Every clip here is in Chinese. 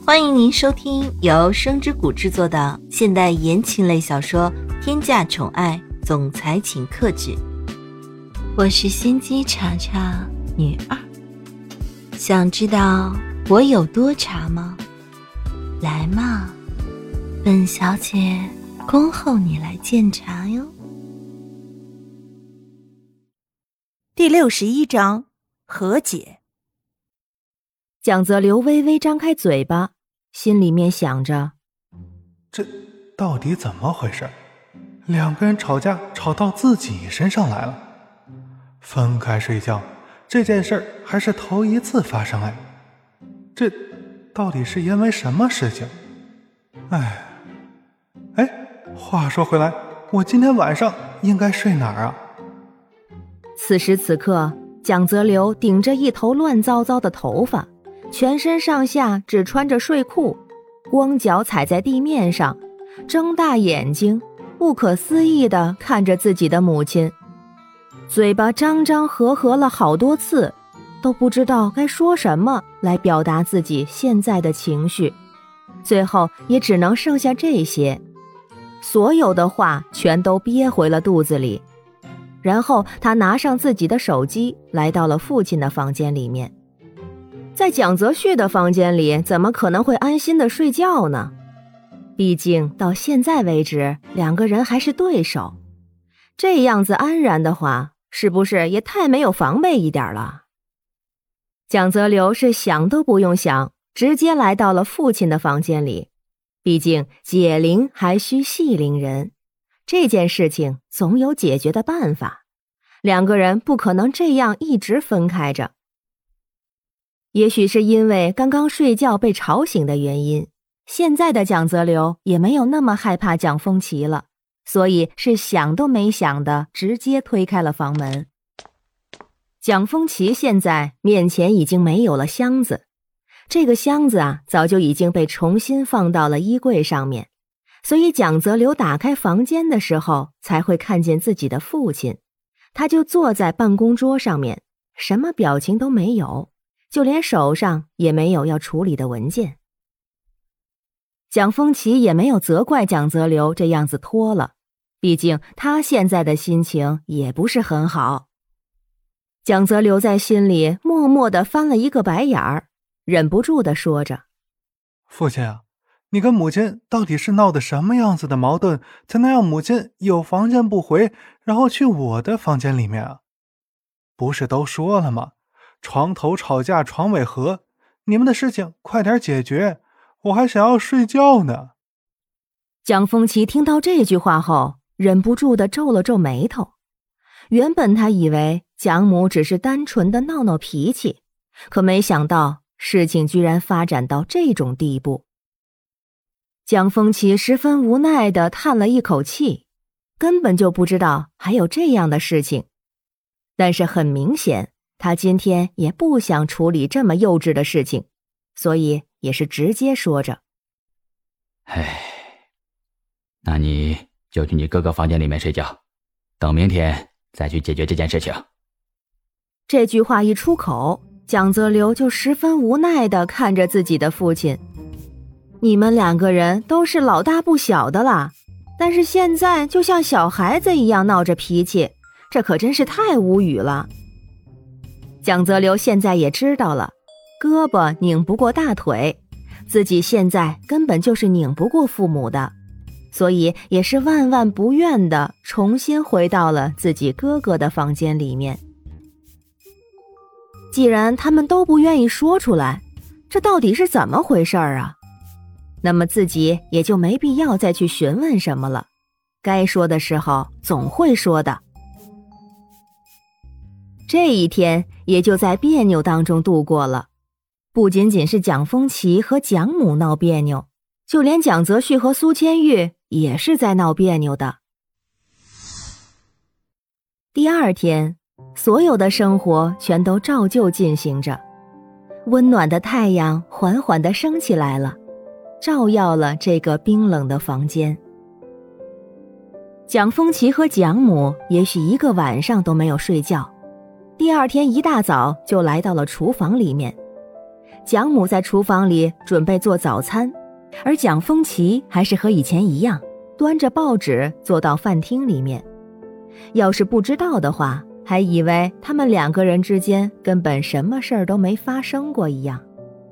欢迎您收听由声之谷制作的现代言情类小说《天价宠爱总裁请克制》，我是心机茶茶女二。想知道我有多茶吗？来嘛，本小姐恭候你来鉴茶哟。 第61章和解。 蒋泽流微微张开嘴巴，心里面想着， 这到底怎么回事？两个人吵架吵到自己身上来了。分开睡觉这件事还是头一次发生哎，这到底是因为什么事情？话说回来，我今天晚上应该睡哪儿啊？ 此时此刻，蒋泽流顶着一头乱糟糟的头发，全身上下只穿着睡裤，光脚踩在地面上，睁大眼睛，不可思议地看着自己的母亲，嘴巴张张合合了好多次，都不知道该说什么来表达自己现在的情绪，最后也只能剩下这些，所有的话全都憋回了肚子里。然后他拿上自己的手机，来到了父亲的房间里面。在蒋泽旭的房间里，怎么可能会安心的睡觉呢？毕竟到现在为止，两个人还是对手，这样子安然的话，是不是也太没有防备一点了？蒋泽流是想都不用想，直接来到了父亲的房间里。毕竟解铃还需系铃人，这件事情总有解决的办法，两个人不可能这样一直分开着。也许是因为刚刚睡觉被吵醒的原因，现在的蒋泽流也没有那么害怕蒋风奇了，所以是想都没想的直接推开了房门。蒋风奇现在面前已经没有了箱子，这个箱子啊，早就已经被重新放到了衣柜上面，所以蒋泽流打开房间的时候才会看见自己的父亲，他就坐在办公桌上面，什么表情都没有，就连手上也没有要处理的文件。蒋风奇也没有责怪蒋泽流这样子拖了，毕竟他现在的心情也不是很好。蒋泽流在心里默默地翻了一个白眼儿，忍不住地说着， 父亲啊，你跟母亲到底是闹的什么样子的矛盾，才能让母亲有房间不回，然后去我的房间里面啊？不是都说了吗？床头吵架床尾和，你们的事情快点解决，我还想要睡觉呢。 蒋风奇听到这句话后，忍不住地皱了皱眉头。原本他以为蒋母只是单纯的闹闹脾气，可没想到事情居然发展到这种地步。蒋风奇十分无奈地叹了一口气，根本就不知道还有这样的事情。但是很明显，他今天也不想处理这么幼稚的事情，所以也是直接说着， 那你就去你哥哥房间里面睡觉，等明天再去解决这件事情。 这句话一出口，蒋泽流就十分无奈地看着自己的父亲，你们两个人都是老大不小的啦，但是现在就像小孩子一样闹着脾气，这可真是太无语了。蒋泽流现在也知道了，胳膊拧不过大腿，自己现在根本就是拧不过父母的，所以也是万万不愿地重新回到了自己哥哥的房间里面。既然他们都不愿意说出来，这到底是怎么回事啊？那么自己也就没必要再去询问什么了，该说的时候总会说的。这一天也就在别扭当中度过了，不仅仅是蒋风奇和蒋母闹别扭，就连蒋泽旭和苏千玉也是在闹别扭的。第二天，所有的生活全都照旧进行着，温暖的太阳缓缓地升起来了，照耀了这个冰冷的房间。蒋风奇和蒋母也许一个晚上都没有睡觉，第二天一大早就来到了厨房里面。 蒋母在厨房里准备做早餐，而蒋丰奇还是和以前一样，端着报纸坐到饭厅里面。要是不知道的话，还以为他们2个人之间根本什么事儿都没发生过一样。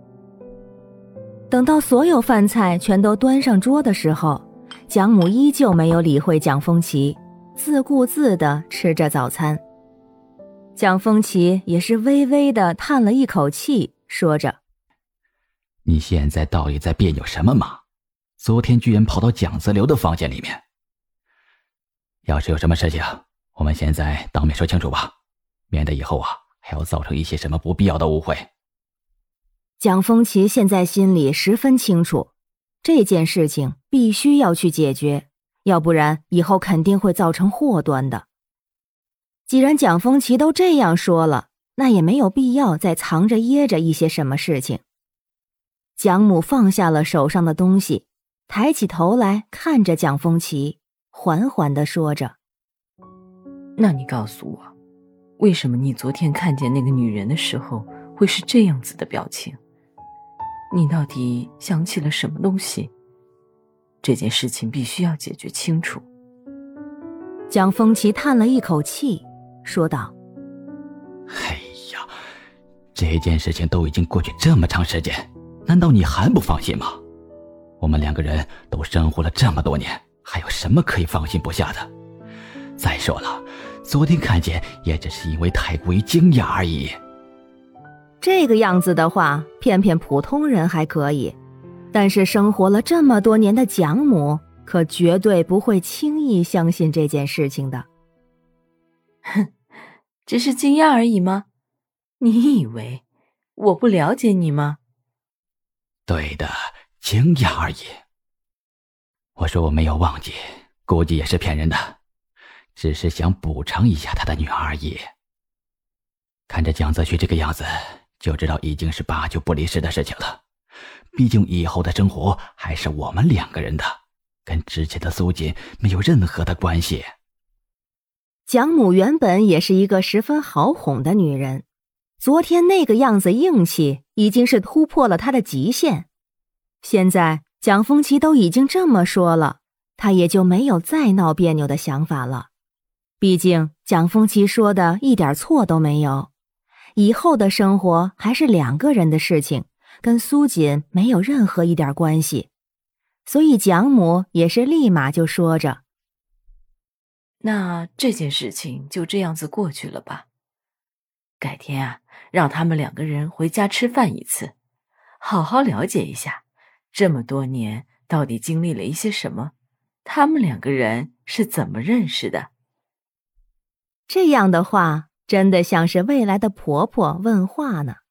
等到所有饭菜全都端上桌的时候，蒋母依旧没有理会蒋丰奇，自顾自地吃着早餐。蒋丰奇也是微微地叹了一口气，说着： 你现在到底在别扭什么嘛？昨天居然跑到蒋泽流的房间里面。要是有什么事情，我们现在当面说清楚吧，免得以后还要造成一些什么不必要的误会。 蒋丰奇现在心里十分清楚，这件事情必须要去解决，要不然以后肯定会造成祸端的。既然蒋丰奇都这样说了，那也没有必要再藏着掖着一些什么事情。蒋母放下了手上的东西，抬起头来看着蒋丰奇，缓缓地说着： 那你告诉我，为什么你昨天看见那个女人的时候会是这样子的表情？你到底想起了什么东西？这件事情必须要解决清楚。 蒋丰奇叹了一口气，说道： 哎呀，这件事情都已经过去这么长时间，难道你还不放心吗？我们2个人都生活了这么多年，还有什么可以放心不下的？再说了，昨天看见也只是因为太过于惊讶而已。 这个样子的话，骗骗普通人还可以，但是生活了这么多年的蒋母可绝对不会轻易相信这件事情的。 哼，只是惊讶而已吗？你以为我不了解你吗？ 对的，惊讶而已。我说我没有忘记，估计也是骗人的，只是想补偿一下他的女儿而已。看着蒋泽旭这个样子，就知道已经是8九不离10的事情了。毕竟以后的生活还是我们2个人的，跟之前的苏锦没有任何的关系。 蒋母原本也是一个十分好哄的女人，昨天那个样子硬气已经是突破了她的极限。现在蒋丰奇都已经这么说了，她也就没有再闹别扭的想法了。毕竟蒋丰奇说的一点错都没有，以后的生活还是2个人的事情，跟苏锦没有任何一点关系。所以蒋母也是立马就说着： 那这件事情就这样子过去了吧。改天让他们2个人回家吃饭一次，好好了解一下这么多年到底经历了一些什么，他们2个人是怎么认识的。 这样的话真的像是未来的婆婆问话呢。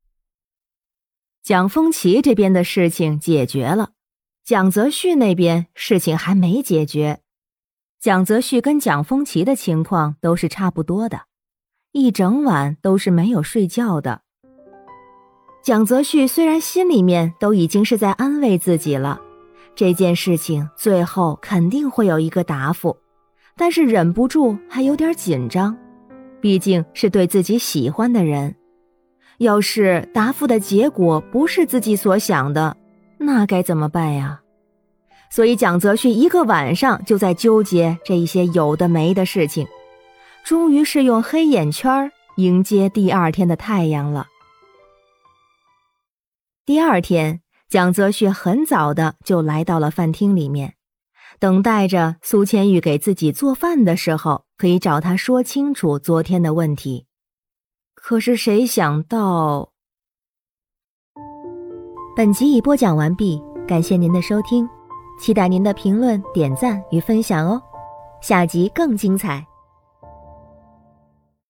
蒋丰奇这边的事情解决了，蒋泽旭那边事情还没解决。蒋泽旭跟蒋丰奇的情况都是差不多的，一整晚都是没有睡觉的。蒋泽旭虽然心里面都已经是在安慰自己了，这件事情最后肯定会有一个答复，但是忍不住还有点紧张，毕竟是对自己喜欢的人。要是答复的结果不是自己所想的，那该怎么办呀？所以蒋泽旭一个晚上就在纠结这一些有的没的事情，终于是用黑眼圈迎接第2天的太阳了。第2天，蒋泽旭很早的就来到了饭厅里面，等待着苏千玉给自己做饭的时候，可以找他说清楚昨天的问题。可是谁想到……本集已播讲完毕，感谢您的收听，期待您的评论、点赞与分享哦。下集更精彩。